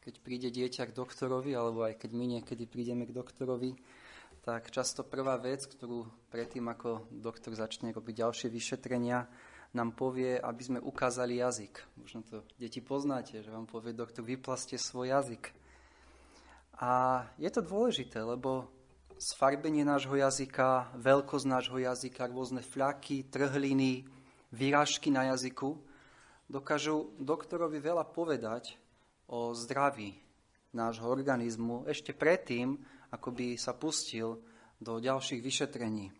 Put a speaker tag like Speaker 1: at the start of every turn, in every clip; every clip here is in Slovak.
Speaker 1: keď príde dieťa k doktorovi, alebo aj keď my niekedy prídeme k doktorovi, tak často prvá vec, ktorú predtým, ako doktor začne robiť ďalšie vyšetrenia, nám povie, aby sme ukázali jazyk. Možno to deti poznáte, že vám povie doktor, vyplastie svoj jazyk. A je to dôležité, lebo sfarbenie nášho jazyka, veľkosť nášho jazyka, rôzne fľaky, trhliny, výražky na jazyku dokážu doktorovi veľa povedať o zdraví nášho organizmu ešte predtým, ako by sa pustil do ďalších vyšetrení.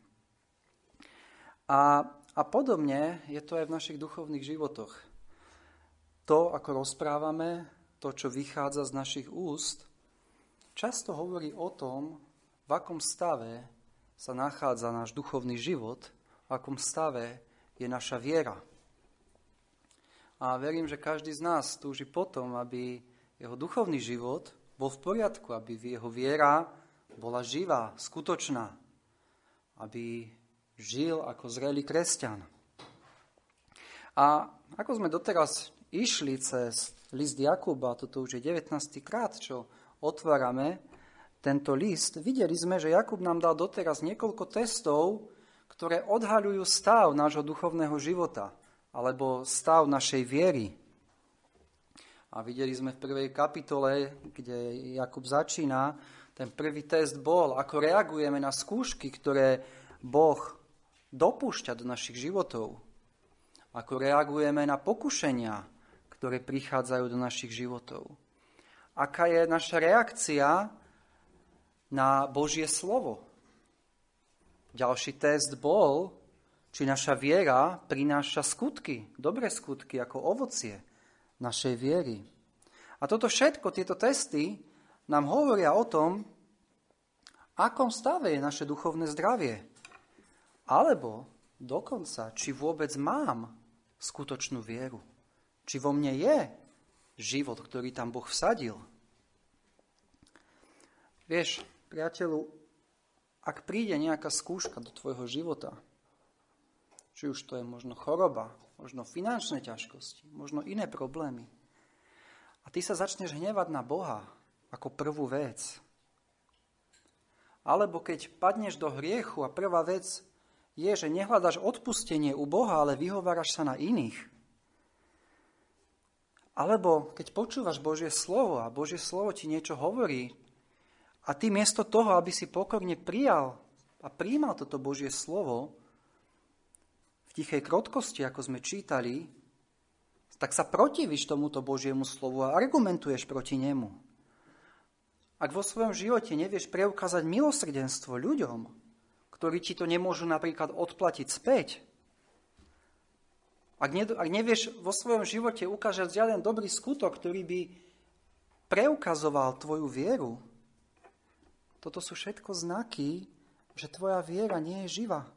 Speaker 1: A podobne je to aj v našich duchovných životoch. To, ako rozprávame, to, čo vychádza z našich úst, často hovorí o tom, v akom stave sa nachádza náš duchovný život, v akom stave je naša viera. A verím, že každý z nás túži potom, aby jeho duchovný život bol v poriadku, aby jeho viera bola živá, skutočná, aby žil ako zrelý kresťan. A ako sme doteraz išli cez list Jakuba, toto už je 19. krát, čo otvárame tento list, videli sme, že Jakub nám dal doteraz niekoľko testov, ktoré odhaľujú stav nášho duchovného života, alebo stav našej viery. A videli sme v prvej kapitole, kde Jakub začína, ten prvý test bol, ako reagujeme na skúšky, ktoré Boh dopúšťa do našich životov. Ako reagujeme na pokušenia, ktoré prichádzajú do našich životov. Aká je naša reakcia na Božie slovo. Ďalší test bol, či naša viera prináša skutky, dobré skutky, ako ovocie našej viery. A toto všetko, tieto testy, nám hovoria o tom, akom stave je naše duchovné zdravie. Alebo dokonca, či vôbec mám skutočnú vieru. Či vo mne je život, ktorý tam Boh vsadil. Vieš, priateľu, ak príde nejaká skúška do tvojho života, či už to je možno choroba, možno finančné ťažkosti, možno iné problémy, a ty sa začneš hnevať na Boha ako prvú vec, alebo keď padneš do hriechu a prvá vec je, že nehľadaš odpustenie u Boha, ale vyhováraš sa na iných, alebo keď počúvaš Božie slovo a Božie slovo ti niečo hovorí, a ty miesto toho, aby si pokorne prijal a prijímal toto Božie slovo v tichej krotkosti, ako sme čítali, tak sa protivíš tomuto Božiemu slovu a argumentuješ proti nemu. Ak vo svojom živote nevieš preukázať milosrdenstvo ľuďom, ktorí ti to nemôžu napríklad odplatiť späť, ak nevieš vo svojom živote ukázať žiaden dobrý skutok, ktorý by preukazoval tvoju vieru, toto sú všetko znaky, že tvoja viera nie je živá.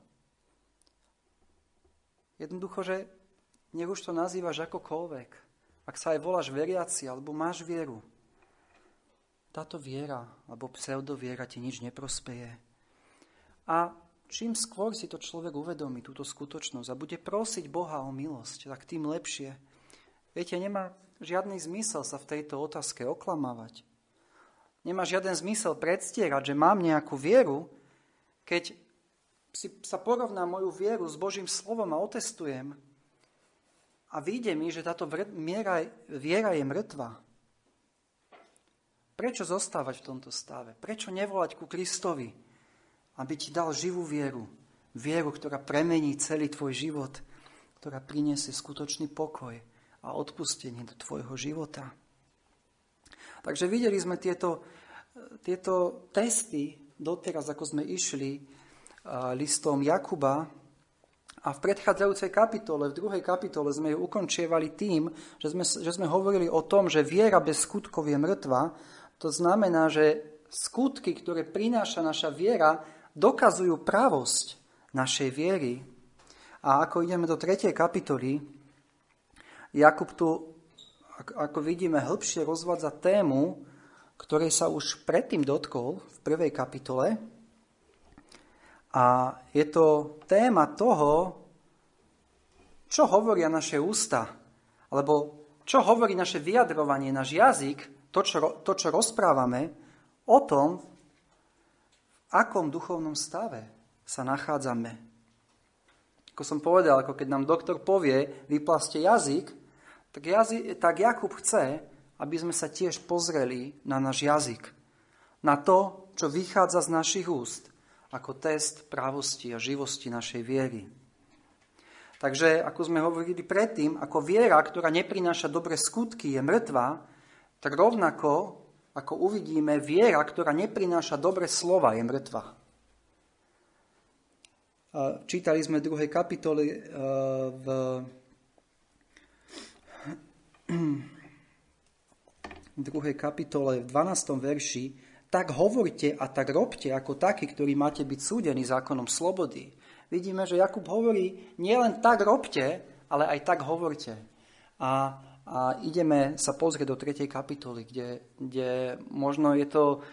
Speaker 1: Jednoducho, že nech už to nazývaš akokoľvek. Ak sa aj voláš veriaci, alebo máš vieru, táto viera, alebo pseudoviera ti nič neprospeje. A čím skôr si to človek uvedomí, túto skutočnosť, a bude prosiť Boha o milosť, tak tým lepšie. Viete, nemá žiadny zmysel sa v tejto otázke oklamávať. Nemá žiaden zmysel predstierať, že mám nejakú vieru, keď sa porovná moju vieru s Božím slovom a otestujem a vyjde mi, že táto viera je mŕtva. Prečo zostávať v tomto stave? Prečo nevolať ku Kristovi, aby ti dal živú vieru? Vieru, ktorá premení celý tvoj život, ktorá priniesie skutočný pokoj a odpustenie do tvojho života. Takže videli sme tieto testy doteraz, ako sme išli listom Jakuba, a v predchádzajúcej kapitole, v 2. kapitole sme ju ukončievali tým, že sme hovorili o tom, že viera bez skutkov je mŕtva. To znamená, že skutky, ktoré prináša naša viera, dokazujú pravosť našej viery. A ako ideme do 3. kapitoly, Jakub tu, ako vidíme, hĺbšie rozvádza tému, ktorej sa už predtým dotkol v 1. kapitole. A je to téma toho, čo hovoria naše ústa, alebo čo hovorí naše vyjadrovanie, náš jazyk to, čo rozprávame, o tom, v akom duchovnom stave sa nachádzame. Ako som povedal, ako keď nám doktor povie, vyplastie jazyk, tak Jakub chce, aby sme sa tiež pozreli na náš jazyk. Na to, čo vychádza z našich úst, ako test právosti a živosti našej viery. Takže, ako sme hovorili predtým, ako viera, ktorá neprináša dobré skutky, je mŕtva, tak rovnako, ako uvidíme, viera, ktorá neprináša dobré slova, je mŕtva. Čítali sme v 2. kapitole v 12. verši: tak hovorte a tak robte ako takí, ktorí máte byť súdení zákonom slobody. Vidíme, že Jakub hovorí, nielen tak robte, ale aj tak hovorte. A ideme sa pozrieť do 3. kapitoly, kde možno je to,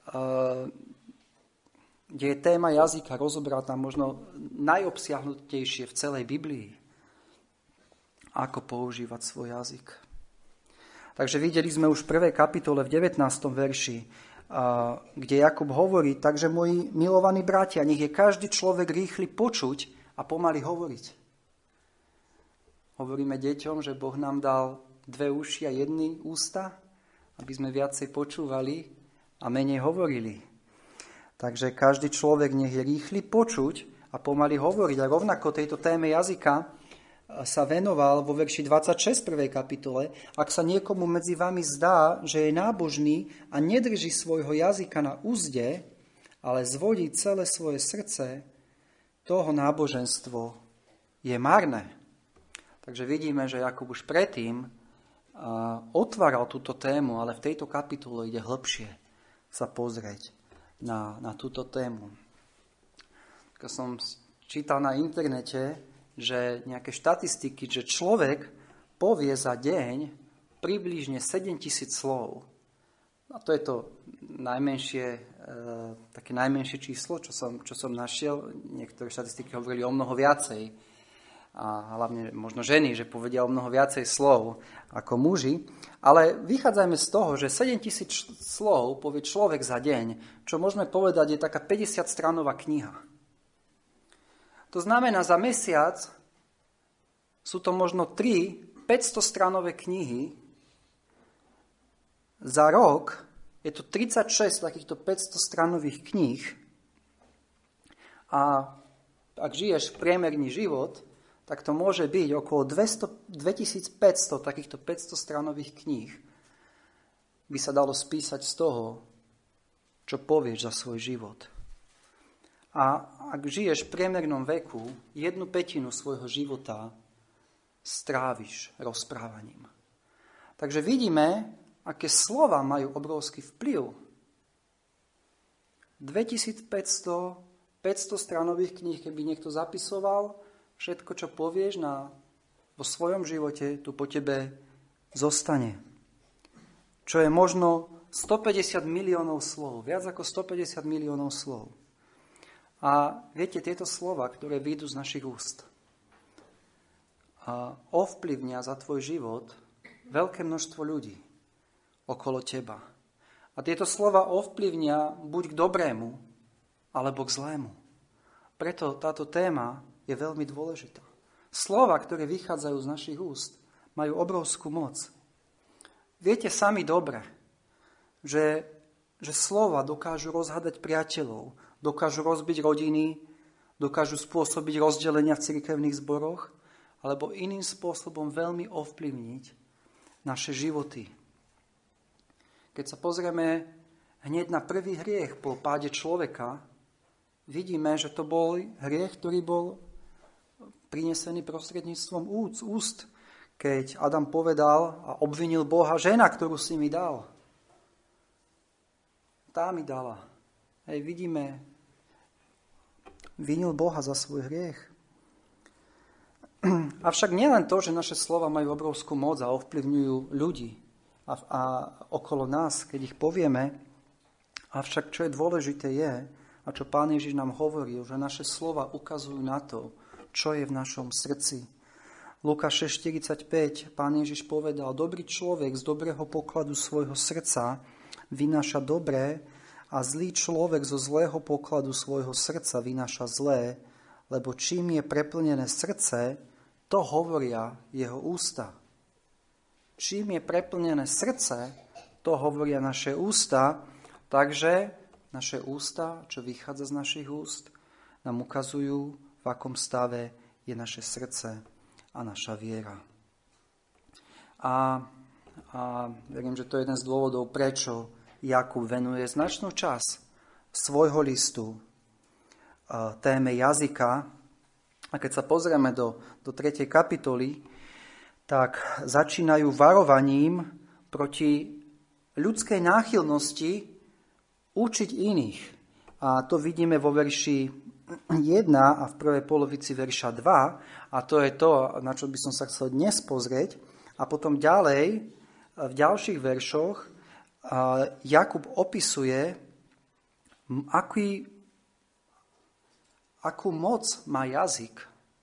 Speaker 1: kde je téma jazyka rozobratá možno najobsiahnutejšie v celej Biblii. Ako používať svoj jazyk. Takže videli sme už v 1. kapitole v 19. verši, kde Jakub hovorí, takže moji milovaní bratia, nech je každý človek rýchly počuť a pomaly hovoriť. Hovoríme deťom, že Boh nám dal 2 uši a 1 ústa, aby sme viacej počúvali a menej hovorili. Takže každý človek nech je rýchly počuť a pomaly hovoriť. A rovnako tejto téme jazyka sa venoval vo verši 26 1. kapitole. Ak sa niekomu medzi vami zdá, že je nábožný a nedrží svojho jazyka na uzde, ale zvolí celé svoje srdce, toho náboženstvo je marné. Takže vidíme, že Jakub už predtým otváral túto tému, ale v tejto kapitole ide hlbšie sa pozrieť na túto tému. Keď som čítal na internete, že nejaké štatistiky, že človek povie za deň približne 7,000 slov. A to je to také najmenšie číslo, čo som našiel. Niektoré štatistiky hovorili o mnoho viacej. A hlavne možno ženy, že povedia o mnoho viacej slov ako muži. Ale vychádzajme z toho, že 7,000 slov povie človek za deň, čo môžeme povedať je taká 50-stranová kniha. To znamená, za mesiac sú to možno 3 500-stranové knihy. Za rok je to 36 takýchto 500-stranových kníh. A ak žiješ priemerný život, tak to môže byť okolo 2500 takýchto 500-stranových kníh. By sa dalo spísať z toho, čo povieš za svoj život. A ak žiješ v priemernom veku, 1/5 svojho života stráviš rozprávaním. Takže vidíme, aké slova majú obrovský vplyv. 2500 500-stranových kníh, keby niekto zapisoval, všetko, čo povieš vo svojom živote, tu po tebe zostane. Čo je možno 150 miliónov slov, viac ako 150 miliónov slov. A viete, tieto slova, ktoré vyjdú z našich úst, ovplyvnia za tvoj život veľké množstvo ľudí okolo teba. A tieto slova ovplyvnia buď k dobrému, alebo k zlému. Preto táto téma je veľmi dôležitá. Slova, ktoré vychádzajú z našich úst, majú obrovskú moc. Viete sami dobre, že slova dokážu rozhádať priateľov, dokážu rozbiť rodiny, dokážu spôsobiť rozdelenia v cirkevných zboroch, alebo iným spôsobom veľmi ovplyvniť naše životy. Keď sa pozrieme hneď na prvý hriech po páde človeka, vidíme, že to bol hriech, ktorý bol prinesený prostredníctvom úst, keď Adam povedal a obvinil Boha, žena, ktorú si mi dal. Tá mi dala. Hej, vidíme, vinil Boha za svoj hriech. Avšak nielen to, že naše slova majú obrovskú moc a ovplyvňujú ľudí a okolo nás, keď ich povieme, avšak čo je dôležité je, a čo Pán Ježiš nám hovoril, že naše slova ukazujú na to, čo je v našom srdci. Lukáš 6:45, Pán Ježiš povedal, dobrý človek z dobrého pokladu svojho srdca vynáša dobré a zlý človek zo zlého pokladu svojho srdca vynáša zlé, lebo čím je preplnené srdce, to hovoria jeho ústa. Čím je preplnené srdce, to hovoria naše ústa, takže naše ústa, čo vychádza z našich úst, nám ukazujú, v akom stave je naše srdce a naša viera. A verím, že to je jeden z dôvodov, prečo Jakub venuje značnú časť svojho listu téme jazyka. A keď sa pozrieme do 3. kapitoly, tak začínajú varovaním proti ľudskej náchylnosti učiť iných. A to vidíme vo verši 1 a v prvej polovici verša 2. A to je to, na čo by som sa chcel dnes pozrieť. A potom ďalej, v ďalších veršoch, Jakub opisuje, akú moc má jazyk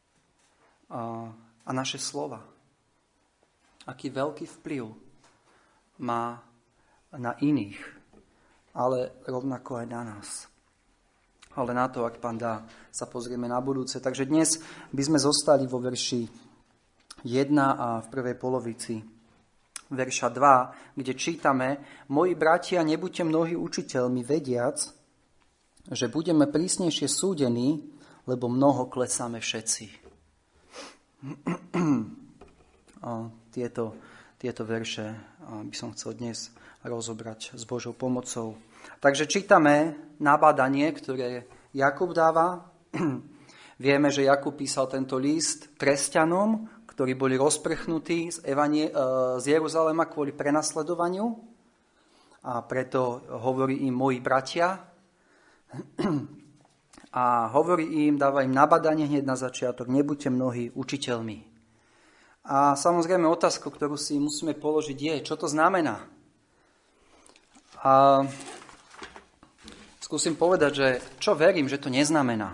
Speaker 1: a naše slova. Aký veľký vplyv má na iných, ale rovnako aj na nás. Ale na to, ak Pán dá, sa pozrieme na budúce. Takže dnes by sme zostali vo verši 1 a v prvej polovici verša 2, kde čítame: Moji bratia, nebuďte mnohí učiteľmi, vediac, že budeme prísnejšie súdení, lebo mnoho klesáme všetci. Tieto verše by som chcel dnes rozobrať s Božou pomocou. Takže čítame nabádanie, ktoré Jakub dáva. Vieme, že Jakub písal tento list kresťanom, ktorí boli rozprchnutí z Jeruzalema kvôli prenasledovaniu. A preto hovorí im moji bratia. A hovorí im, dáva im nabádanie hneď na začiatok: nebuďte mnohí učiteľmi. A samozrejme otázku, ktorú si musíme položiť, je, čo to znamená. A skúsim povedať, že čo verím, že to neznamená.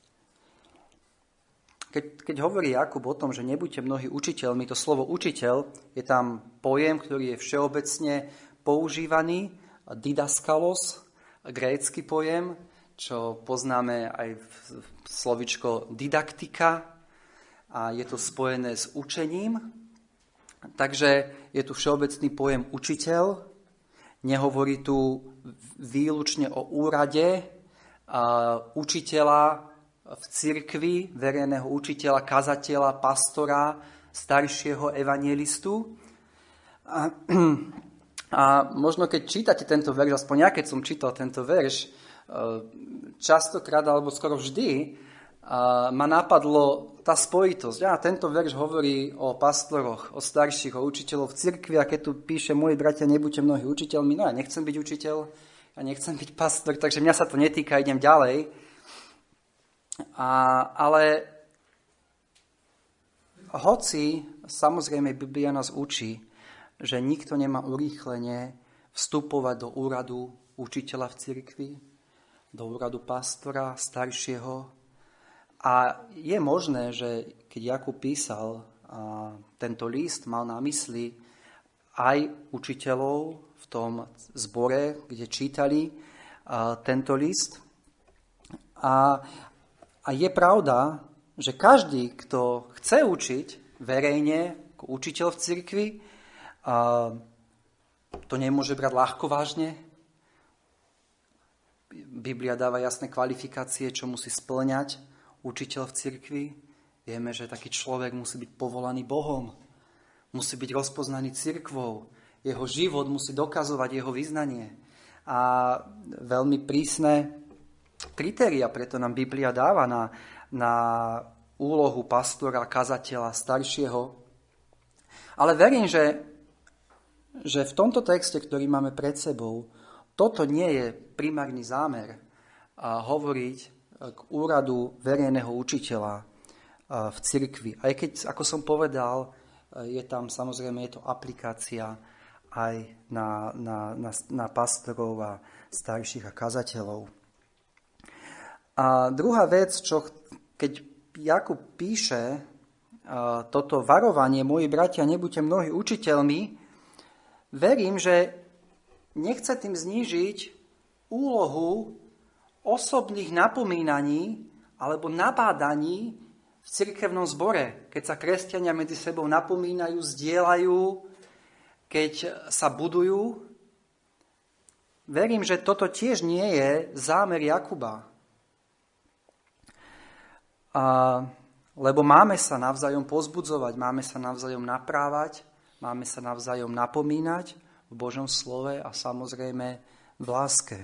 Speaker 1: Keď hovorí Jakub o tom, že nebuďte mnohí učiteľmi, to slovo učiteľ je tam pojem, ktorý je všeobecne používaný, didaskalos, grécky pojem, čo poznáme aj v slovičko didaktika, a je to spojené s učením. Takže je tu všeobecný pojem učiteľ. Nehovorí tu výlučne o úrade učiteľa v cirkvi, verejného učiteľa, kazateľa, pastora, staršieho evangelistu. A možno keď čítate tento verš, aspoň ja keď som čítal tento verš, častokrát alebo skoro vždy ma napadlo tá spojitosť. Tento verš hovorí o pastoroch, o starších, o učiteľov v cirkvi, a keď tu píše: moji bratia, nebuďte mnohí učiteľmi, no ja nechcem byť učiteľ, ja nechcem byť pastor, takže mňa sa to netýka, idem ďalej. Ale hoci, samozrejme, Biblia nás učí, že nikto nemá urýchlenie vstupovať do úradu učiteľa v cirkvi, do úradu pastora, staršieho. A je možné, že keď Jakub písal tento list, mal na mysli aj učiteľov v tom zbore, kde čítali tento list. A je pravda, že každý, kto chce učiť verejne, ako učiteľ v cirkvi, to nemôže brať ľahko vážne. Biblia dáva jasné kvalifikácie, čo musí spĺňať učiteľ v cirkvi. Vieme, že taký človek musí byť povolaný Bohom, musí byť rozpoznaný cirkvou, jeho život musí dokazovať jeho vyznanie. A veľmi prísne kritéria preto nám Biblia dáva na úlohu pastora, kazateľa, staršieho. Ale verím, že v tomto texte, ktorý máme pred sebou, toto nie je primárny zámer hovoriť k úradu verejného učiteľa v cirkvi. Aj keď, ako som povedal, je tam samozrejme je to aplikácia aj na pastorov a starších a kazateľov. A druhá vec, keď Jakub píše toto varovanie, moji bratia, nebuďte mnohí učiteľmi, verím, že nechce tým znížiť úlohu osobných napomínaní alebo nabádaní v cirkevnom zbore, keď sa kresťania medzi sebou napomínajú, zdieľajú, keď sa budujú. Verím, že toto tiež nie je zámer Jakuba. Lebo máme sa navzájom pozbudzovať, máme sa navzájom naprávať, máme sa navzájom napomínať v Božom slove a samozrejme v láske.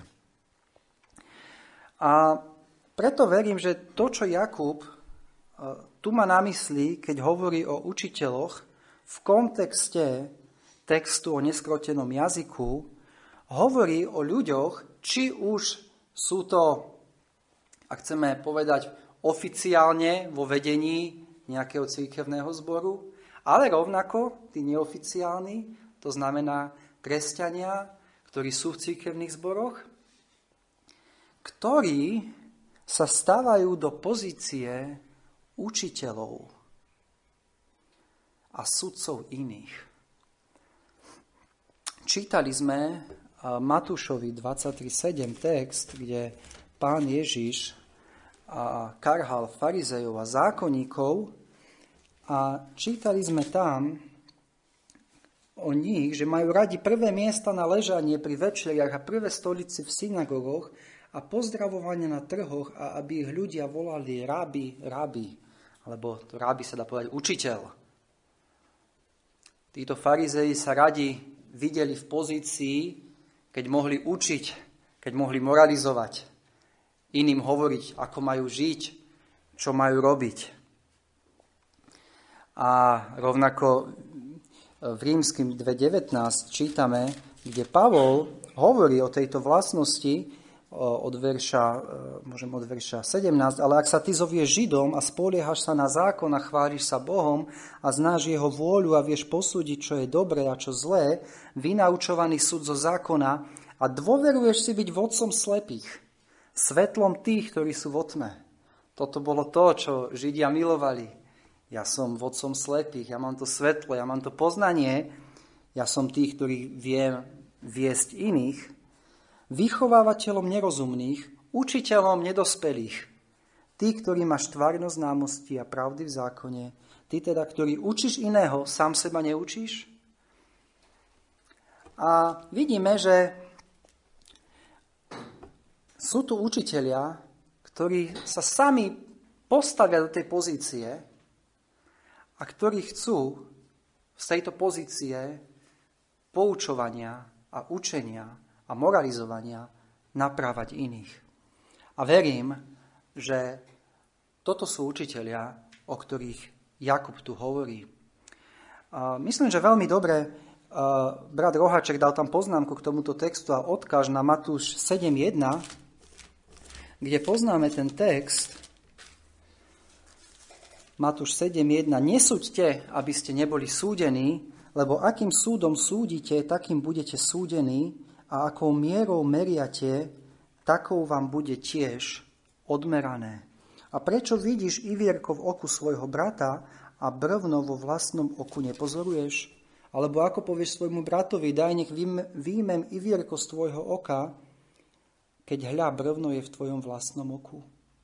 Speaker 1: A preto verím, že to, čo Jakub tu má na mysli, keď hovorí o učiteľoch, v kontexte textu o neskrotenom jazyku, hovorí o ľuďoch, či už sú to, ak chceme povedať, oficiálne vo vedení nejakého cirkevného zboru, ale rovnako tí neoficiálni, to znamená kresťania, ktorí sú v cirkevných zboroch, ktorí sa stávajú do pozície učiteľov a sudcov iných. Čítali sme Matúšovi 23:7 text, kde Pán Ježiš karhal farizejov a zákonníkov a čítali sme tam o nich, že majú radi prvé miesta na ležanie pri večeriach a prvé stolice v synagógoch a pozdravovanie na trhoch a aby ich ľudia volali rabi, alebo to rabi sa dá povedať učiteľ. Títo farizeji sa radi videli v pozícii, keď mohli učiť, keď mohli moralizovať, iným hovoriť, ako majú žiť, čo majú robiť. A rovnako v Rímskym 2.19 čítame, kde Pavol hovorí o tejto vlastnosti od verša 17, ale ak sa ty zovieš Židom a spoliehaš sa na zákon a chváliš sa Bohom a znáš jeho vôľu a vieš posúdiť, čo je dobré a čo zlé, vynaučovaný súd zo zákona a dôveruješ si byť vodcom slepých, svetlom tých, ktorí sú vo tme. Toto bolo to, čo Židia milovali. Ja som vodcom slepých, ja mám to svetlo, ja mám to poznanie, ja som tých, ktorí viem viesť iných, vychovávateľom nerozumných, učiteľom nedospelých, tí, ktorí máš tvárnosť známosti a pravdy v zákone, ty teda, ktorý učíš iného, sám seba neučíš? A vidíme, že sú tu učitelia, ktorí sa sami postavia do tej pozície a ktorí chcú z tejto pozície poučovania a učenia a moralizovania naprávať iných. A verím, že toto sú učitelia, o ktorých Jakub tu hovorí. Myslím, že veľmi dobre brat Rohaček dal tam poznámku k tomuto textu a odkáž na Matúš 7.1, kde poznáme ten text. Matúš 7.1. Nesúďte, aby ste neboli súdení, lebo akým súdom súdite, takým budete súdení, a akou mierou meriate, takou vám bude tiež odmerané. A prečo vidíš ivierko v oku svojho brata a brvno vo vlastnom oku nepozoruješ? Alebo ako povieš svojmu bratovi, daj nech výjmem ivierko z tvojho oka, keď hľa brvno je v tvojom vlastnom oku.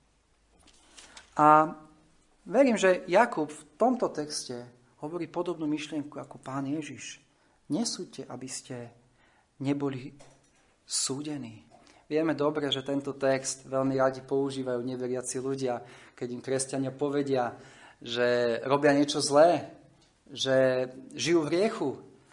Speaker 1: A verím, že Jakub v tomto texte hovorí podobnú myšlienku ako Pán Ježiš. Nesúďte, aby ste neboli súdení. Vieme dobre, že tento text veľmi radi používajú neveriaci ľudia, keď im kresťania povedia, že robia niečo zlé, že žijú v hriechu,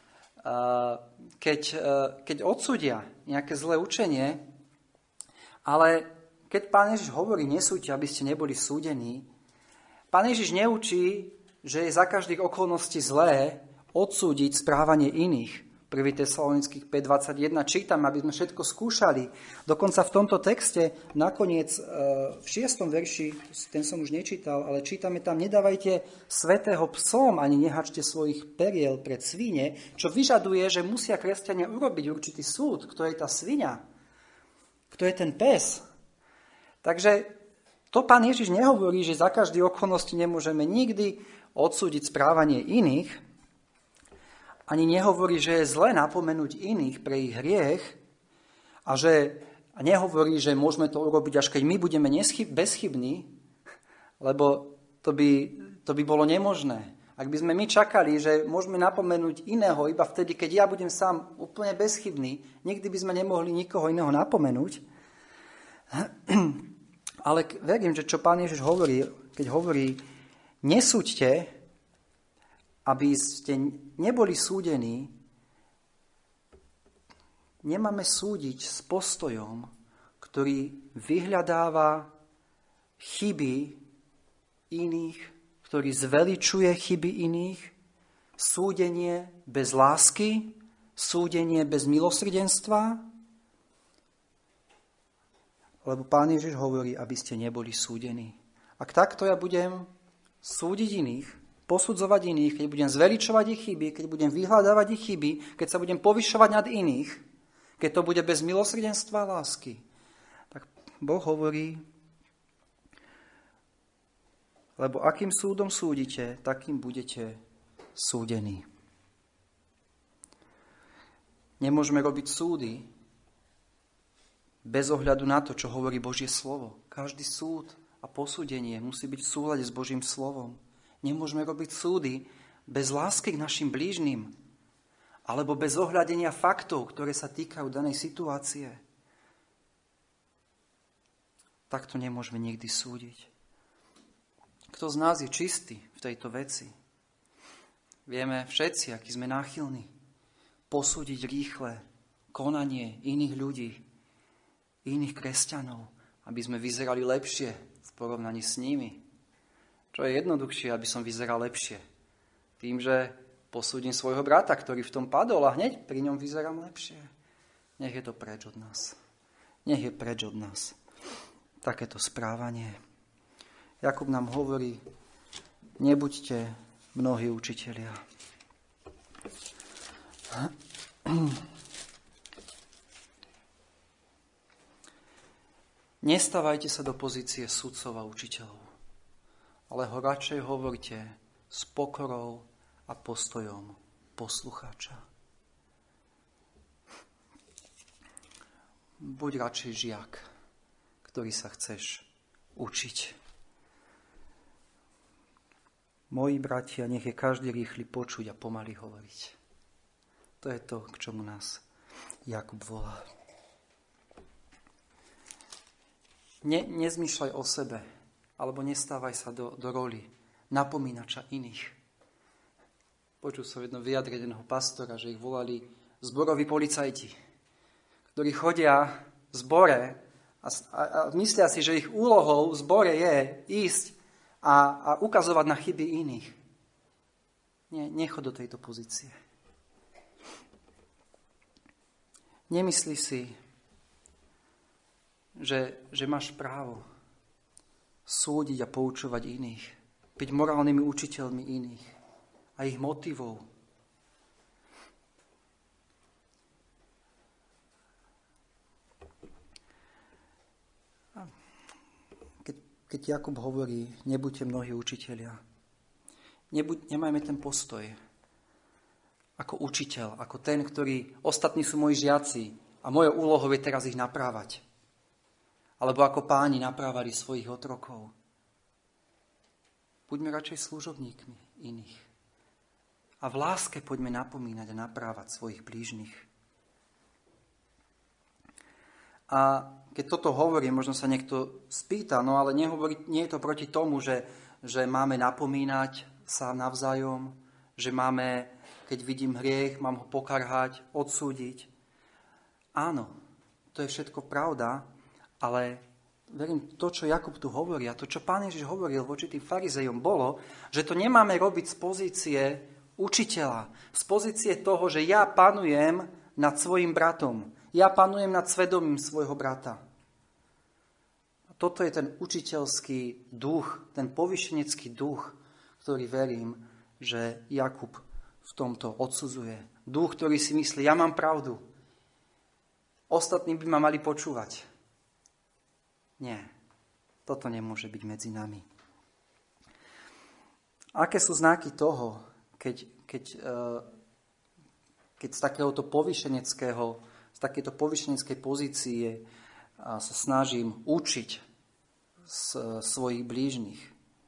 Speaker 1: keď odsúdia nejaké zlé učenie, ale keď Pán Ježiš hovorí, nesúďte, aby ste neboli súdení, Pán Ježiš neučí, že je za každých okolností zlé odsúdiť správanie iných. 1. Tesalonických 5.21 čítam, aby sme všetko skúšali. Dokonca v tomto texte, nakoniec v 6. verši, ten som už nečítal, ale čítame tam, nedávajte svätého psom, ani nehačte svojich periel pred svine, čo vyžaduje, že musia kresťania urobiť určitý súd, kto je tá sviňa, kto je ten pes. Takže to Pán Ježiš nehovorí, že za každé okolnosti nemôžeme nikdy odsúdiť správanie iných, ani nehovorí, že je zlé napomenúť iných pre ich hriech a nehovorí, že môžeme to urobiť, až keď my budeme bezchybní, lebo to by bolo nemožné. Ak by sme my čakali, že môžeme napomenúť iného iba vtedy, keď ja budem sám úplne bezchybný, nikdy by sme nemohli nikoho iného napomenúť. Ale verím, že čo Pán Ježiš hovorí, keď hovorí, nesúďte, aby ste neboli súdení, nemáme súdiť s postojom, ktorý vyhľadáva chyby iných, ktorý zveličuje chyby iných, súdenie bez lásky, súdenie bez milosrdenstva. Lebo Pán Ježiš hovorí, aby ste neboli súdení. Ak takto ja budem súdiť iných, posudzovať iných, keď budem zveličovať ich chyby, keď budem vyhľadávať ich chyby, keď sa budem povyšovať nad iných, keď to bude bez milosrdenstva a lásky, tak Boh hovorí, lebo akým súdom súdite, takým budete súdení. Nemôžeme robiť súdy bez ohľadu na to, čo hovorí Božie slovo. Každý súd a posúdenie musí byť v súlade s Božím slovom. Nemôžeme robiť súdy bez lásky k našim blížnym alebo bez ohľadenia faktov, ktoré sa týkajú danej situácie. Takto nemôžeme nikdy súdiť. Kto z nás je čistý v tejto veci? Vieme všetci, akí sme náchylní posúdiť rýchle konanie iných ľudí, iných kresťanov, aby sme vyzerali lepšie v porovnaní s nimi. Čo je jednoduchšie, aby som vyzeral lepšie? Tým, že posúdim svojho brata, ktorý v tom padol a hneď pri ňom vyzerám lepšie. Nech je to preč od nás. Nech je preč od nás takéto správanie. Jakub nám hovorí, nebuďte mnohí učitelia. Nestávajte sa do pozície sudcov a učiteľov, ale ho radšej hovorte s pokorou a postojom poslucháča. Buď radšej žiak, ktorý sa chceš učiť. Moji bratia, nech je každý rýchly počuť a pomaly hovoriť. To je to, k čomu nás Jakub volá. Nezmýšľaj o sebe, alebo nestávaj sa do roli napomínača iných. Počul som jedno vyjadrenie jedného pastora, že ich volali zboroví policajti, ktorí chodia v zbore a myslia si, že ich úlohou v zbore je ísť a ukazovať na chyby iných. Nie, nechod do tejto pozície. Nemyslí si, že máš právo súdiť a poučovať iných, byť morálnymi učiteľmi iných a ich motivov. Keď Jakub hovorí, nebuďte mnohí učitelia, nemajme ten postoj ako učiteľ, ako ten, ktorý ostatní sú moji žiaci a mojou úlohou je teraz ich naprávať. Alebo ako páni naprávali svojich otrokov. Buďme radšej služobníkmi iných. A v láske poďme napomínať a naprávať svojich blížnych. A keď toto hovorí, možno sa niekto spýta, no ale nie je to proti tomu, že máme napomínať sa navzájom, že máme, keď vidím hriech, mám ho pokarhať, odsúdiť. Áno, to je všetko pravda, ale verím, to, čo Jakub tu hovorí a to, čo Pán Ježiš hovoril voči tým farizejom, bolo, že to nemáme robiť z pozície učiteľa, z pozície toho, že ja panujem nad svojim bratom, ja panujem nad svedomím svojho brata. A toto je ten učiteľský duch, ten povyšenecký duch, ktorý verím, že Jakub v tomto odsudzuje. Duch, ktorý si myslí, ja mám pravdu. Ostatní by ma mali počúvať. Nie, toto nemôže byť medzi nami. Aké sú znaky toho, keď z takéto povyšeneckej pozície sa snažím učiť svojich blížnych?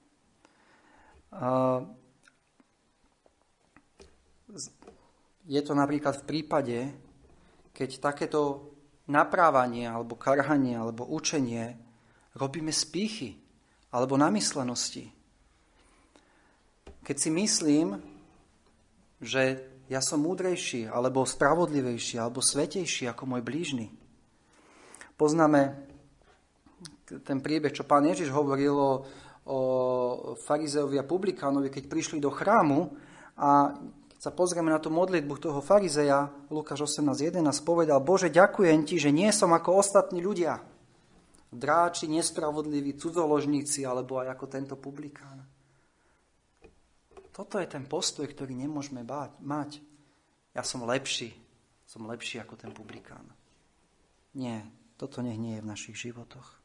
Speaker 1: Je to napríklad v prípade, keď takéto naprávanie, alebo karhanie, alebo učenie robíme z pýchy, alebo namyslenosti. Keď si myslím, že ja som múdrejší, alebo spravodlivejší, alebo svätejší ako môj blížny. Poznáme ten príbeh, čo pán Ježiš hovoril o farizeovi a publikánovi, keď prišli do chrámu a keď sa pozrieme na tú modlitbu toho farizeja, Lukáš 18.11 povedal: Bože, ďakujem ti, že nie som ako ostatní ľudia, dráči, nespravodliví, cudzoložníci, alebo aj ako tento publikán. Toto je ten postoj, ktorý nemôžeme mať. Ja som lepší ako ten publikán. Nie, toto nech nie je v našich životoch.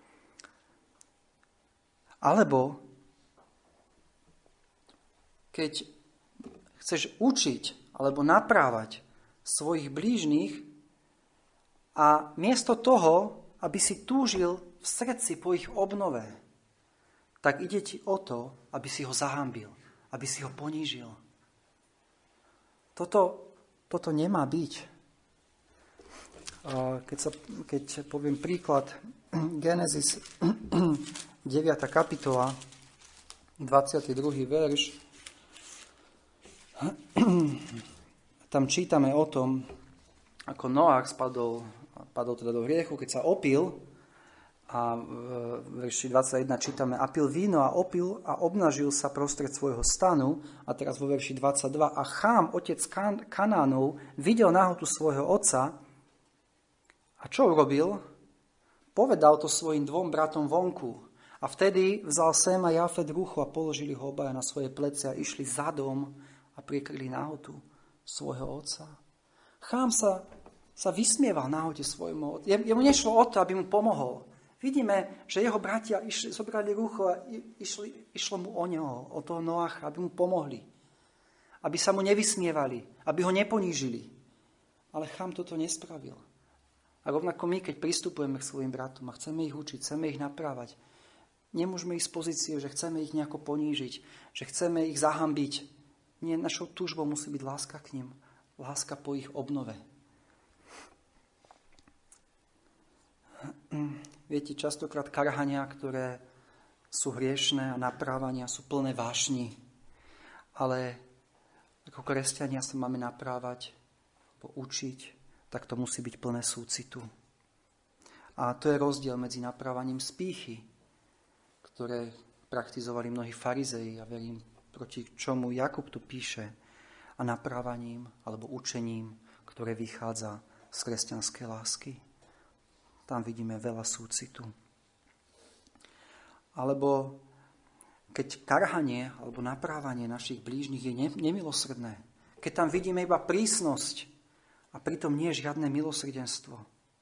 Speaker 1: Alebo keď chceš učiť alebo naprávať svojich blížnych a miesto toho, aby si túžil v srdci po ich obnove, tak ide ti o to, aby si ho zahanbil, aby si ho ponížil. Toto nemá byť. Keď poviem príklad, Genesis 9. kapitola, 22. verš, tam čítame o tom, ako Noach padol teda do hriechu, keď sa opil, a v verši 21 čítame: a pil víno a opil a obnažil sa prostred svojho stanu. A teraz vo verši 22: a Chám, otec Kanánov, videl nahotu svojho otca. A čo urobil? Povedal to svojim dvom bratom vonku. A vtedy vzal Sem a Jafet rucho a položili ho obaja na svoje plecia a išli zadom a prikryli nahotu svojho otca. Chám sa vysmieval nahote svojmu otcu. Jemu nešlo o to, aby mu pomohol. Vidíme, že jeho bratia zobrali rucho a išlo mu o neho, o toho Noacha, aby mu pomohli. Aby sa mu nevysmievali, aby ho neponížili. Ale Chám toto nespravil. A rovnako my, keď pristupujeme k svojim bratom a chceme ich učiť, chceme ich naprávať, nemôžeme ich z pozície, že chceme ich nejako ponížiť, že chceme ich zahambiť. Nie, našou túžbou musí byť láska k nim, láska po ich obnove. Viete, častokrát karhania, ktoré sú hriešne a naprávania sú plné vášni. Ale ako kresťania sa máme naprávať, alebo učiť, tak to musí byť plné súcitu. A to je rozdiel medzi naprávaním z pýchy, ktoré praktizovali mnohí farizei, a verím, proti čomu Jakub tu píše, a naprávaním alebo učením, ktoré vychádza z kresťanskej lásky. Tam vidíme veľa súcitu. Alebo keď karhanie alebo naprávanie našich blížnych je nemilosrdné, keď tam vidíme iba prísnosť a pritom nie je žiadne milosrdenstvo.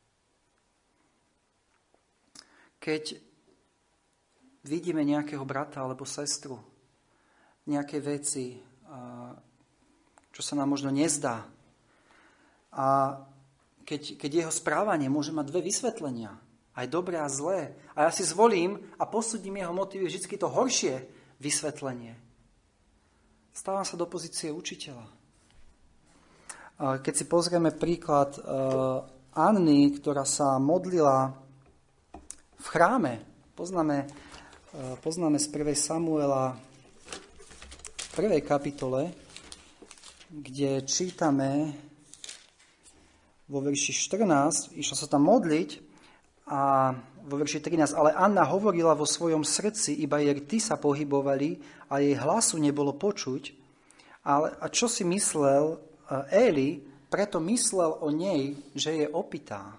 Speaker 1: Keď vidíme nejakého brata alebo sestru, nejaké veci, čo sa nám možno nezdá, a keď jeho správanie môže mať dve vysvetlenia, aj dobré a zlé, a ja si zvolím a posúdim jeho motívy vždy to horšie vysvetlenie, stávam sa do pozície učiteľa. Keď si pozrieme príklad Anny, ktorá sa modlila v chráme, poznáme z 1. Samuela v 1. kapitole, kde čítame vo verši 14, išla sa tam modliť a vo verši 13, ale Anna hovorila vo svojom srdci, iba jej rty sa pohybovali a jej hlasu nebolo počuť. A čo si myslel Éli, preto myslel o nej, že je opitá.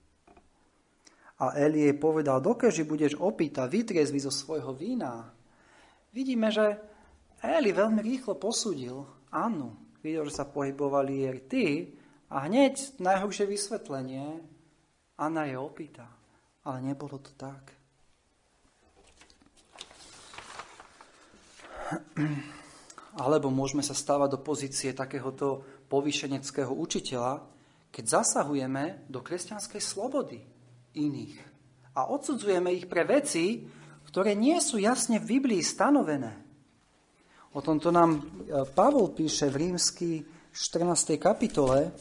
Speaker 1: A Éli jej povedal: dokeže budeš opitá, vytriezvi zo svojho vína. Vidíme, že Éli veľmi rýchlo posúdil Annu. Videl, že sa pohybovali jej rty, a hneď najhoršie vysvetlenie: Anna je opitá. Ale nebolo to tak. Alebo môžeme sa stávať do pozície takéhoto povýšeneckého učiteľa, keď zasahujeme do kresťanskej slobody iných a odsudzujeme ich pre veci, ktoré nie sú jasne v Biblii stanovené. O tomto nám Pavol píše v Rímskej 14. kapitole,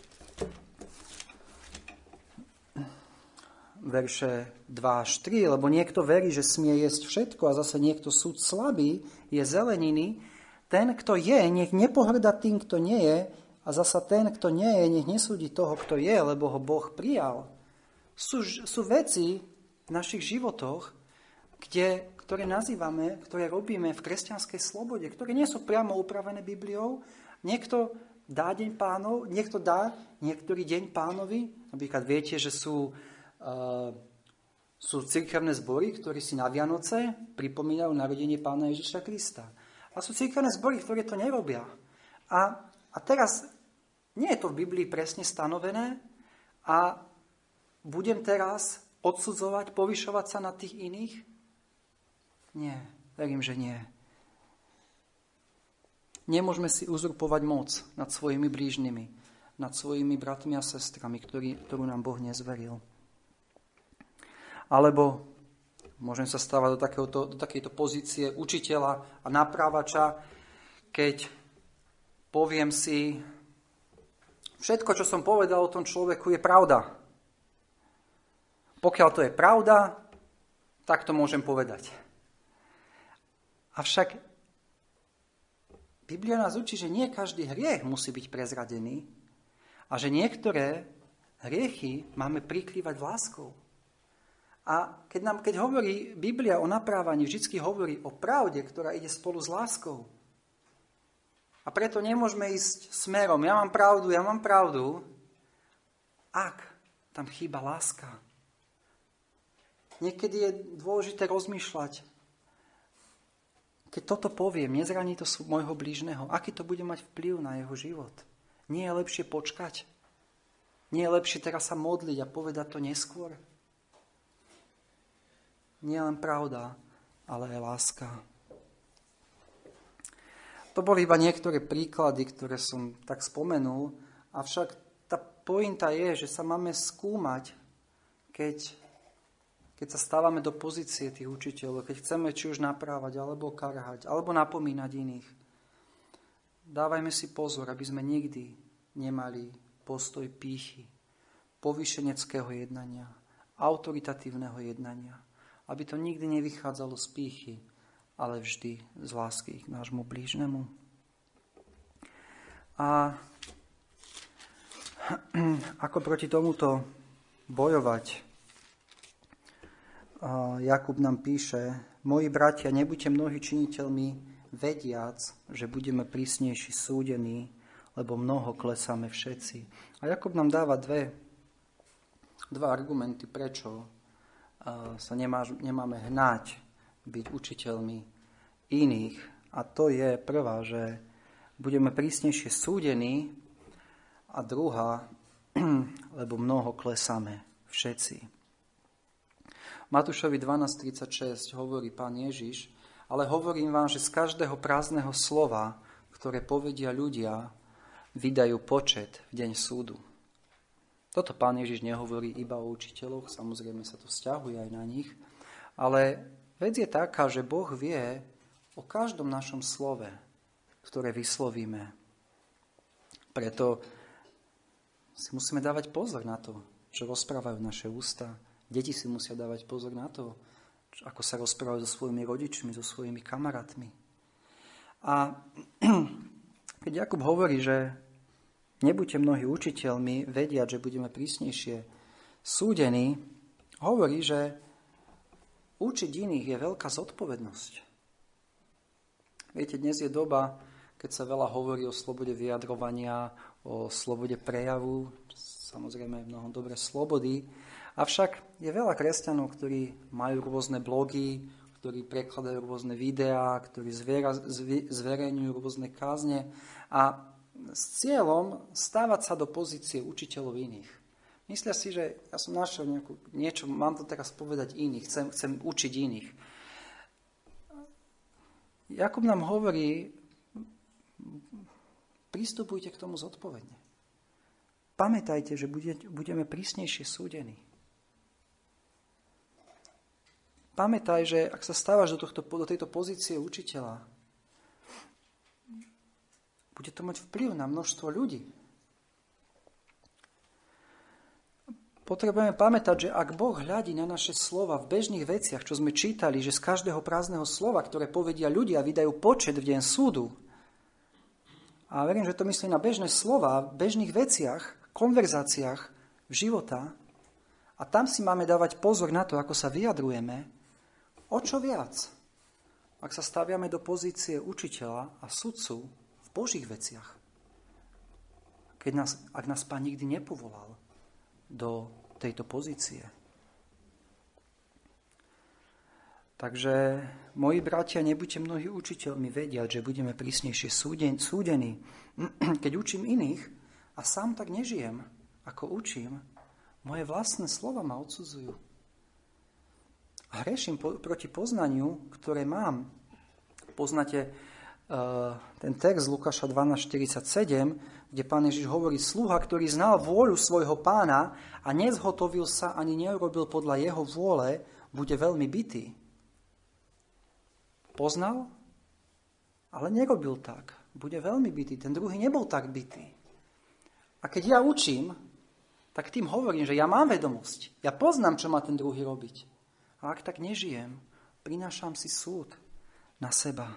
Speaker 1: verše 2 až 3, lebo niekto verí, že smie jesť všetko a zase niekto súd slabý, je zeleniny. Ten, kto je, nech nepohrda tým, kto nie je, a zasa ten, kto nie je, nech nesúdi toho, kto je, lebo ho Boh prijal. Sú veci v našich životoch, ktoré nazývame, ktoré robíme v kresťanskej slobode, ktoré nie sú priamo upravené Bibliou. Niekto dá deň Pánov, niekto dá niektorý deň Pánovi. Napríklad viete, že sú cirkevné zbory, ktorí si na Vianoce pripomínajú narodenie Pána Ježiša Krista. A sú cirkevné zbory, ktoré to nerobia. A teraz nie je to v Biblii presne stanovené a budem teraz odsudzovať, povyšovať sa na tých iných? Nie, verím, že nie. Nemôžeme si uzurpovať moc nad svojimi blížnymi, nad svojimi bratmi a sestrami, ktorú nám Boh nezveril. Alebo môžem sa stávať do takejto pozície učiteľa a naprávača, keď poviem si, všetko, čo som povedal o tom človeku, je pravda. Pokiaľ to je pravda, tak to môžem povedať. Avšak Biblia nás učí, že nie každý hriech musí byť prezradený a že niektoré hriechy máme prikrývať láskou. A keď hovorí Biblia o naprávaní, vždy hovorí o pravde, ktorá ide spolu s láskou. A preto nemôžeme ísť smerom, ja mám pravdu, ak tam chýba láska. Niekedy je dôležité rozmýšľať, keď toto poviem, nezraní to môjho blížneho, aký to bude mať vplyv na jeho život. Nie je lepšie počkať? Nie je lepšie teraz sa modliť a povedať to neskôr? Nie len pravda, ale aj láska. To boli iba niektoré príklady, ktoré som tak spomenul, avšak tá pointa je, že sa máme skúmať, keď sa stávame do pozície tých učiteľov, keď chceme či už naprávať, alebo karhať, alebo napomínať iných. Dávajme si pozor, aby sme nikdy nemali postoj pýchy, povýšeneckého jednania, autoritatívneho jednania, aby to nikdy nevychádzalo z pýchy, ale vždy z lásky k nášmu blížnemu. A ako proti tomuto bojovať? Jakub nám píše, moji bratia, nebuďte mnohí činiteľmi, vediac, že budeme prísnejší súdení, lebo mnoho klesáme všetci. A Jakub nám dáva dva argumenty, prečo sa nemáme hnať byť učiteľmi iných. A to je prvá, že budeme prísnejšie súdení a druhá, lebo mnoho klesáme všetci. Matúšovi 12.36 hovorí Pán Ježiš, ale hovorím vám, že z každého prázdneho slova, ktoré povedia ľudia, vydajú počet v deň súdu. Toto Pán Ježiš nehovorí iba o učiteľoch, samozrejme sa to vzťahuje aj na nich, ale vec je taká, že Boh vie o každom našom slove, ktoré vyslovíme. Preto si musíme dávať pozor na to, čo rozprávajú naše ústa. Deti si musia dávať pozor na to, ako sa rozprávajú so svojimi rodičmi, so svojimi kamarátmi. A keď Jakub hovorí, že nebuďte mnohí učiteľmi, vediať, že budeme prísnejšie súdení, hovorí, že učiť iných je veľká zodpovednosť. Viete, dnes je doba, keď sa veľa hovorí o slobode vyjadrovania, o slobode prejavu, samozrejme mnoho dobré slobody, avšak je veľa kresťanov, ktorí majú rôzne blogy, ktorí prekladajú rôzne videá, ktorí zverejňujú rôzne kázne a s cieľom stávať sa do pozície učiteľov iných. Myslia si, že ja som našiel niečo, mám to teraz povedať iných, chcem učiť iných. Jakub nám hovorí, pristupujte k tomu zodpovedne. Pamätajte, že budeme prísnejšie súdení. Pamätaj, že ak sa stávaš do tejto pozície učiteľa, bude to mať vplyv na množstvo ľudí. Potrebujeme pamätať, že ak Boh hľadí na naše slova v bežných veciach, čo sme čítali, že z každého prázdneho slova, ktoré povedia ľudia, vydajú počet v deň súdu. A verím, že to myslí na bežné slova, v bežných veciach, konverzáciách v života. A tam si máme dávať pozor na to, ako sa vyjadrujeme. O čo viac, ak sa staviame do pozície učiteľa a sudcu v Božích veciach. Ak nás Pán nikdy nepovolal do tejto pozície. Takže, moji bratia, nebuďte mnohí učiteľmi vediať, že budeme prísnejšie súdení. Keď učím iných a sám tak nežijem, ako učím, moje vlastné slova ma odsudzujú. A hreším proti poznaniu, ktoré mám. Poznáte ten text Lukáša 12:47, kde Pán Ježiš hovorí, sluha, ktorý znal vôľu svojho pána a nezhotovil sa ani neurobil podľa jeho vôle, bude veľmi bitý. Poznal, ale nerobil tak. Bude veľmi bitý. Ten druhý nebol tak bitý. A keď ja učím, tak tým hovorím, že ja mám vedomosť. Ja poznám, čo má ten druhý robiť. A ak tak nežijem, prinášam si súd na seba.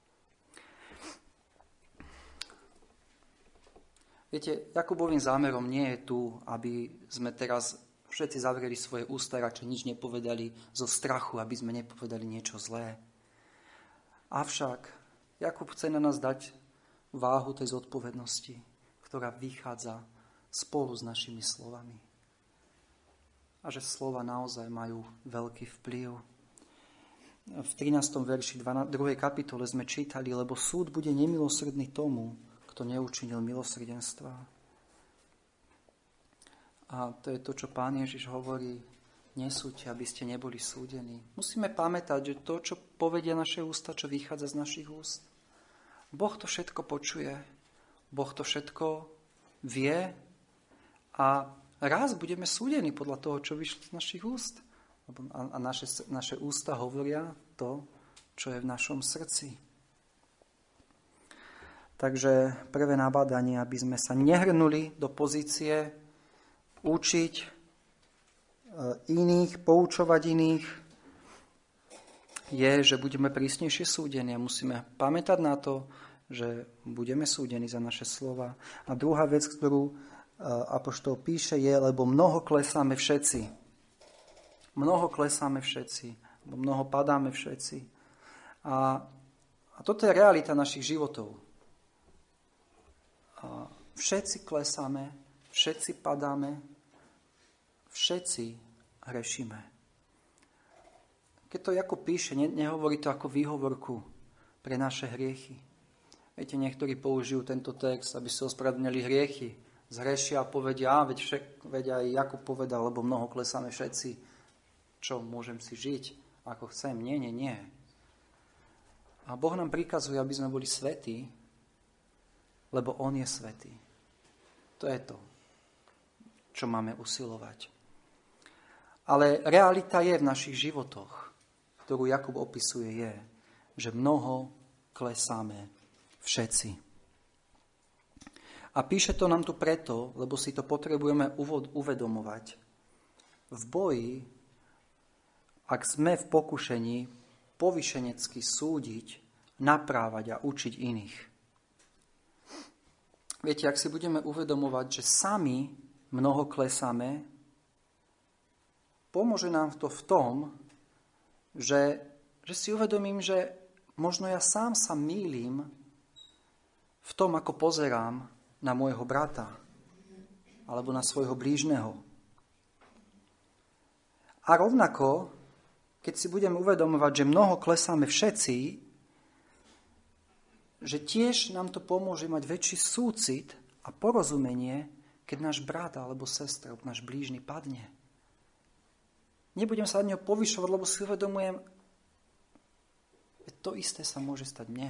Speaker 1: Viete, Jakubovým zámerom nie je tu, aby sme teraz všetci zavreli svoje ústa, radšej nič nepovedali zo strachu, aby sme nepovedali niečo zlé. Avšak Jakub chce na nás dať váhu tej zodpovednosti, ktorá vychádza spolu s našimi slovami. A že slova naozaj majú veľký vplyv. V 13. verši 2. kapitole sme čítali, lebo súd bude nemilosrdný tomu, kto neučinil milosrdenstva. A to je to, čo Pán Ježiš hovorí, nesúďte, aby ste neboli súdení. Musíme pamätať, že to, čo povedia naše ústa, čo vychádza z našich úst, Boh to všetko počuje, Boh to všetko vie a raz budeme súdení podľa toho, čo vyšlo z našich úst. A naše ústa hovoria to, čo je v našom srdci. Takže prvé nabádanie, aby sme sa nehrnuli do pozície učiť iných, poučovať iných, je, že budeme prísnejšie súdení a musíme pamätať na to, že budeme súdení za naše slova. A druhá vec, ktorú apoštol píše, je, lebo mnoho klesáme všetci. Mnoho klesáme všetci, mnoho padáme všetci. A toto je realita našich životov. Všetci klesáme, všetci padáme, všetci hrešíme. Keď to Jakub píše, nehovorí to ako výhovorku pre naše hriechy. Viete, niektorí použijú tento text, aby si ospravedlnili hriechy. Zhrešia a povedia, veď aj Jakub povedal, lebo mnoho klesáme všetci. Čo, môžem si žiť, ako chcem? Nie. A Boh nám prikazuje, aby sme boli svätí, lebo on je svätý. To je to, čo máme usilovať. Ale realita je v našich životoch, ktorú Jakub opisuje, je, že mnoho klesáme všetci. A píše to nám tu preto, lebo si to potrebujeme uvedomovať. V boji, ak sme v pokušení povyšenecky súdiť, naprávať a učiť iných. Viete, ak si budeme uvedomovať, že sami mnoho klesáme, pomôže nám to v tom, že si uvedomím, že možno ja sám sa mýlim v tom, ako pozerám na môjho brata alebo na svojho blížneho. A rovnako, keď si budeme uvedomovať, že mnoho klesáme všetci, že tiež nám to pomôže mať väčší súcit a porozumenie, keď náš brat alebo sestra, náš blížny padne. Nebudem sa od neho povyšovať, lebo si uvedomujem, to isté sa môže stať mne.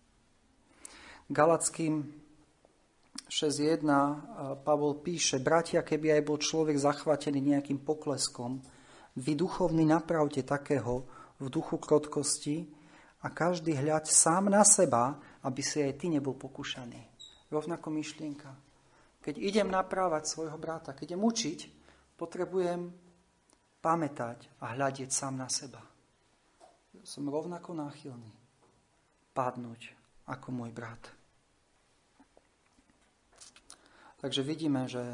Speaker 1: Galackým 6.1 Pavol píše: bratia, keby aj bol človek zachvatený nejakým pokleskom, vy duchovní napravte takého v duchu krotkosti a každý hľaď sám na seba, aby si aj ty nebol pokúšaný. Rovnako myšlienka. Keď idem naprávať svojho brata, keď idem učiť, potrebujem pamätať a hľadieť sám na seba. Som rovnako náchylný padnúť ako môj brat. Takže vidíme, že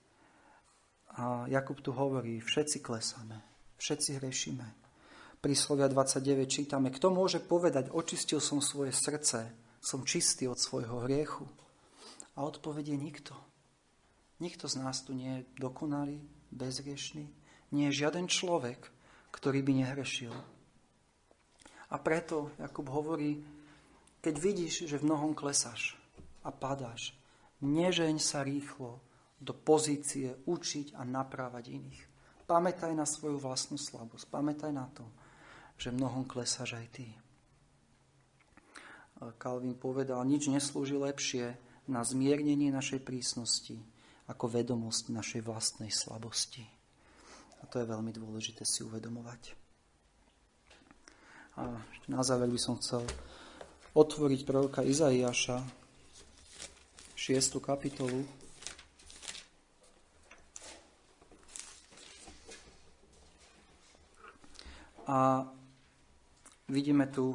Speaker 1: Jakub tu hovorí, všetci klesáme, všetci hrešíme. Príslovia 29 čítame, kto môže povedať, očistil som svoje srdce, som čistý od svojho hriechu. A odpovedie nikto. Nikto z nás tu nie je dokonalý, bezhriešný. Nie je žiaden človek, ktorý by nehrešil. A preto Jakub hovorí, keď vidíš, že v mnohom klesáš a padáš, nežeň sa rýchlo do pozície učiť a naprávať iných. Pamätaj na svoju vlastnú slabosť. Pamätaj na to, že mnohom klesáš aj ty. Calvin povedal, nič neslúži lepšie na zmiernenie našej prísnosti ako vedomosť našej vlastnej slabosti. A to je veľmi dôležité si uvedomovať. A na záver by som chcel otvoriť proroka Izaiáša, 6. kapitolu. A vidíme tu,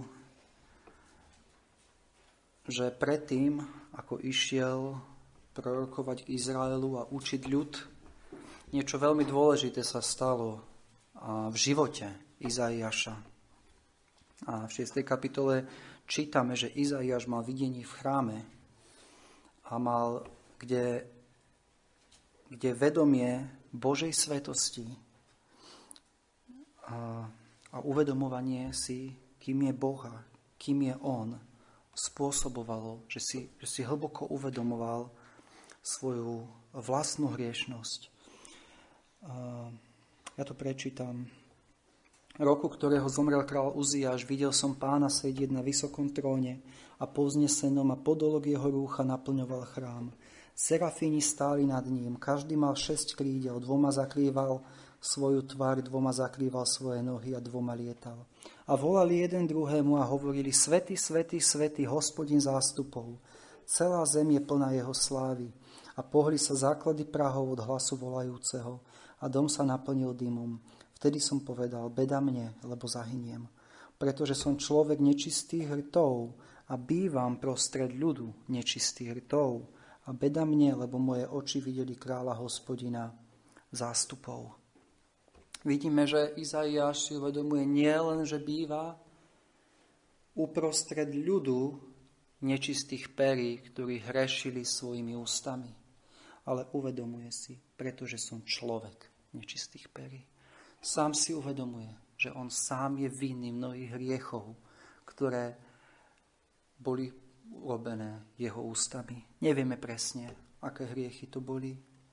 Speaker 1: že predtým, ako išiel prorokovať k Izraelu a učiť ľud, niečo veľmi dôležité sa stalo v živote Izaiáša. A v 6. kapitole čítame, že Izaiáš mal videnie v chráme a mal, kde vedomie Božej svetosti a uvedomovanie si, kým je Boha, kým je On, spôsobovalo, že si hlboko uvedomoval svoju vlastnú hriešnosť. Ja to prečítam. Roku, ktorého zomrel král Uziáš, videl som Pána sedieť na vysokom tróne a povznesenom a podolok jeho rúcha naplňoval chrám. Serafíni stáli nad ním, každý mal 6 krídel, 2 zakrýval svoju tvár, 2 zakrýval svoje nohy a 2 lietal. A volali jeden druhému a hovorili, Svätý, svätý, svätý, Hospodin zástupov. Celá zem je plná jeho slávy. A pohli sa základy prahov od hlasu volajúceho a dom sa naplnil dymom. Vtedy som povedal, beda mne, lebo zahyniem, pretože som človek nečistých rtov a bývam prostred ľudu nečistých rtov. A beda mne, lebo moje oči videli kráľa Hospodina zástupov. Vidíme, že Izaiáš si uvedomuje nielen, že býva uprostred ľudu nečistých perí, ktorí hrešili svojimi ústami, ale uvedomuje si, pretože som človek nečistých perí. Sám si uvedomuje, že on sám je vinný mnohých hriechov, ktoré boli urobené jeho ústami. Nevieme presne, aké hriechy to boli.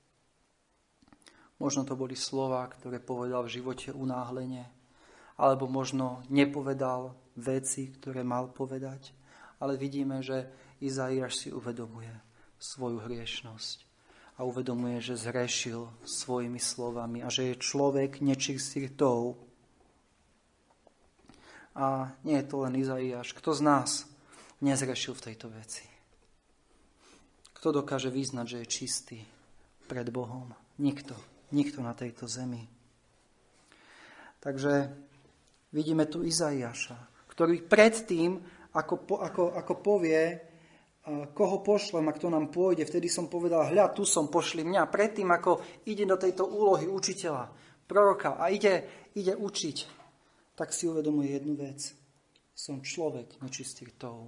Speaker 1: Možno to boli slová, ktoré povedal v živote unáhlene, alebo možno nepovedal veci, ktoré mal povedať. Ale vidíme, že Izaiáš si uvedomuje svoju hriešnosť. A uvedomuje, že zhrešil svojimi slovami a že je človek nečistých rtov. A nie je to len Izaiáš. Kto z nás nezhrešil v tejto veci? Kto dokáže vyznať, že je čistý pred Bohom? Nikto. Nikto na tejto zemi. Takže vidíme tu Izaiáša, ktorý predtým, ako povie, koho pošlem a kto nám pôjde, vtedy som povedal, hľa, tu som, pošli mňa. Predtým, ako ide do tejto úlohy učiteľa, proroka a ide učiť, tak si uvedomuje jednu vec. Som človek nečistých rtov.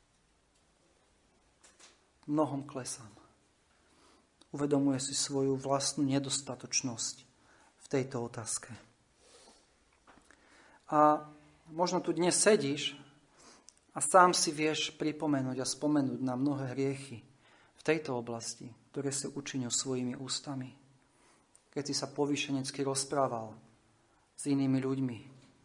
Speaker 1: Mnohom klesám. Uvedomuje si svoju vlastnú nedostatočnosť v tejto otázke. A možno tu dnes sedíš a sám si vieš pripomenúť a spomenúť na mnohé hriechy v tejto oblasti, ktoré si učinil svojimi ústami. Keď si sa povýšenecky rozprával s inými ľuďmi.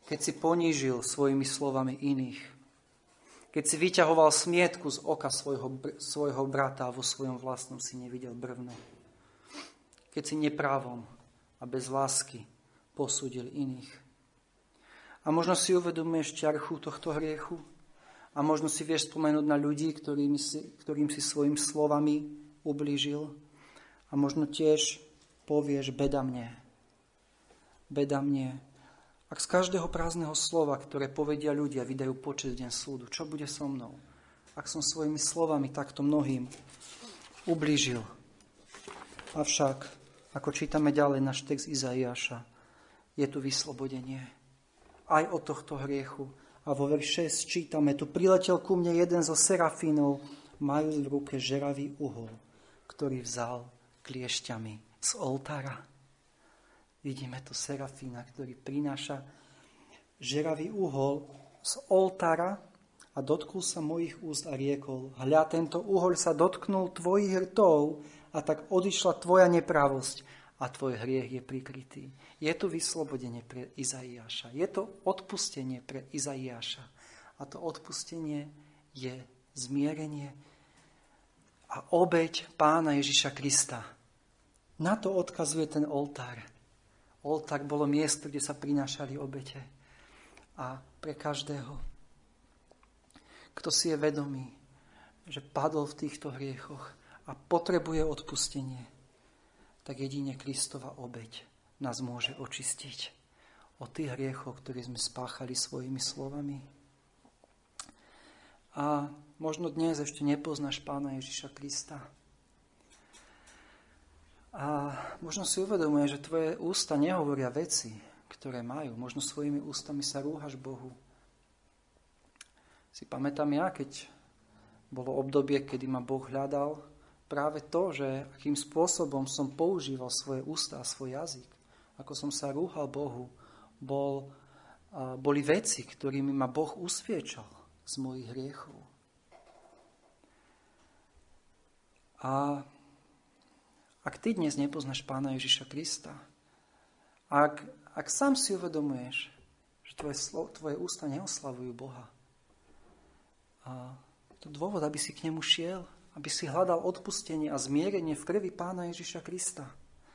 Speaker 1: keď si ponížil svojimi slovami iných, keď si vyťahoval smietku z oka svojho brata a vo svojom vlastnom si nevidel brvno, keď si neprávom a bez lásky posúdil iných. A možno si uvedomuješ ťarchu tohto hriechu a možno si vieš spomenúť na ľudí, ktorým si svojimi slovami ublížil a možno tiež povieš beda mne. Beda mne. Ak z každého prázdneho slova, ktoré povedia ľudia, vydajú počet deň súdu, čo bude so mnou? Ak som svojimi slovami takto mnohým ublížil. Avšak, ako čítame ďalej náš text Izaiáša, je tu vyslobodenie aj od tohto hriechu. A vo verši 6 čítame, tu priletel ku mne jeden zo serafínov, majú v ruke žeravý uhol, ktorý vzal kliešťami z oltára. Vidíme tu serafína, ktorý prináša žeravý uhol z oltára a dotkol sa mojich úst a riekol, hľa, tento uhol sa dotknul tvojich rtov a tak odišla tvoja nepravosť a tvoj hriech je prikrytý. Je tu vyslobodenie pre Izaiáša. Je to odpustenie pre Izaiáša. A to odpustenie je zmierenie a obeť Pána Ježiša Krista. Na to odkazuje ten oltár. Oltár bolo miesto, kde sa prinášali obete. A pre každého, kto si je vedomý, že padol v týchto hriechoch a potrebuje odpustenie, tak jedine Kristova obeť nás môže očistiť od tých hriechov, ktoré sme spáchali svojimi slovami. A možno dnes ešte nepoznáš Pána Ježiša Krista. A možno si uvedomuješ, že tvoje ústa nehovoria veci, ktoré majú. Možno svojimi ústami sa rúhaš Bohu. Si pamätám ja, keď bolo obdobie, kedy ma Boh hľadal, práve to, že akým spôsobom som používal svoje ústa a svoj jazyk, ako som sa rúhal Bohu, boli veci, ktorými ma Boh usviečal z mojich hriechov. A ak ty dnes nepoznáš Pána Ježiša Krista, ak sám si uvedomuješ, že tvoje ústa neoslavujú Boha, a to dôvod, aby si k nemu šiel, aby si hľadal odpustenie a zmierenie v krvi Pána Ježiša Krista.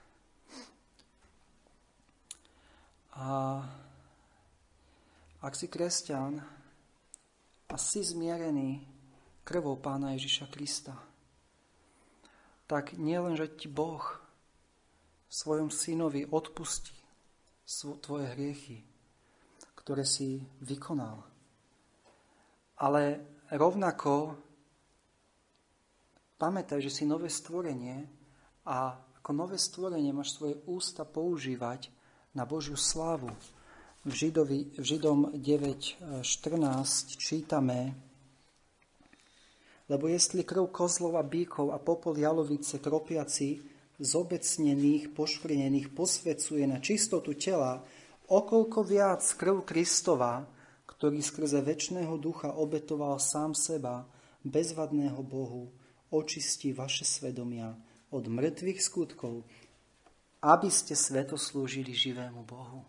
Speaker 1: A ak si kresťan a si zmierený krvou Pána Ježiša Krista, tak nielen, že ti Boh svojom synovi odpustí tvoje hriechy, ktoré si vykonal, ale rovnako pamätaj, že si nové stvorenie a ako nové stvorenie máš svoje ústa používať na Božiu slávu. V Židom 9.14 čítame, lebo jestli krv kozlov a bíkov a popol jalovice kropiaci zobecnených, poškvrnených posvecuje na čistotu tela, okoľko viac krv Kristova, ktorý skrze večného ducha obetoval sám seba, bezvadného Bohu, očistí vaše svedomia od mŕtvych skutkov, aby ste sveto slúžili živému Bohu.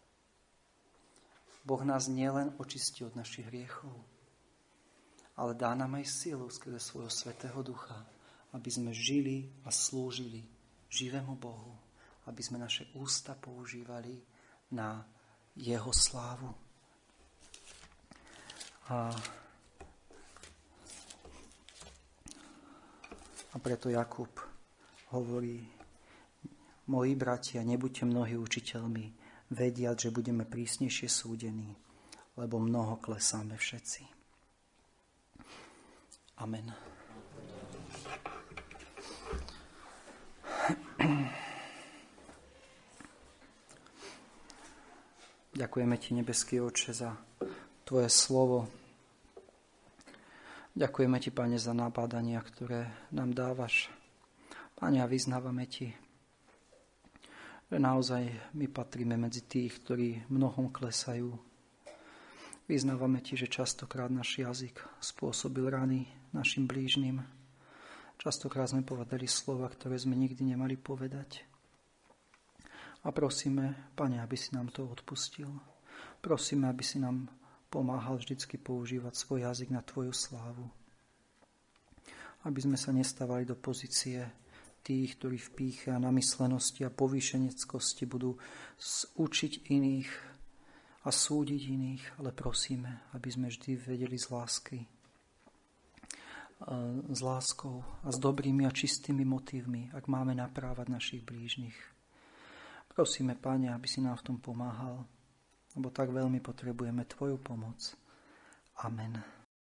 Speaker 1: Boh nás nielen očistí od našich hriechov, ale dá nám aj silu skrze svojho svätého ducha, aby sme žili a slúžili živému Bohu, aby sme naše ústa používali na jeho slávu. A preto Jakub hovorí, moji bratia, nebuďte mnohí učiteľmi, vediať, že budeme prísnejšie súdení, lebo mnoho klesáme všetci. Amen. Ďakujeme ti, nebeský Otče, za tvoje slovo. Ďakujeme ti, Pane, za nabádania, ktoré nám dávaš. Pane, a vyznávame ti, že naozaj my patríme medzi tých, ktorí mnohom klesajú. Vyznávame ti, že častokrát náš jazyk spôsobil rany našim blížnym. Častokrát sme povedali slova, ktoré sme nikdy nemali povedať. A prosíme, Pane, aby si nám to odpustil. Prosíme, aby si nám pomáhal vždycky používať svoj jazyk na Tvoju slávu. Aby sme sa nestávali do pozície tých, ktorí v pýche a namyslenosti a povýšeneckosti budú učiť iných a súdiť iných, ale prosíme, aby sme vždy vedeli z láskou a s dobrými a čistými motívmi, ak máme naprávať našich blížnych. Prosíme, Pane, aby si nám v tom pomáhal, lebo tak veľmi potrebujeme Tvoju pomoc. Amen.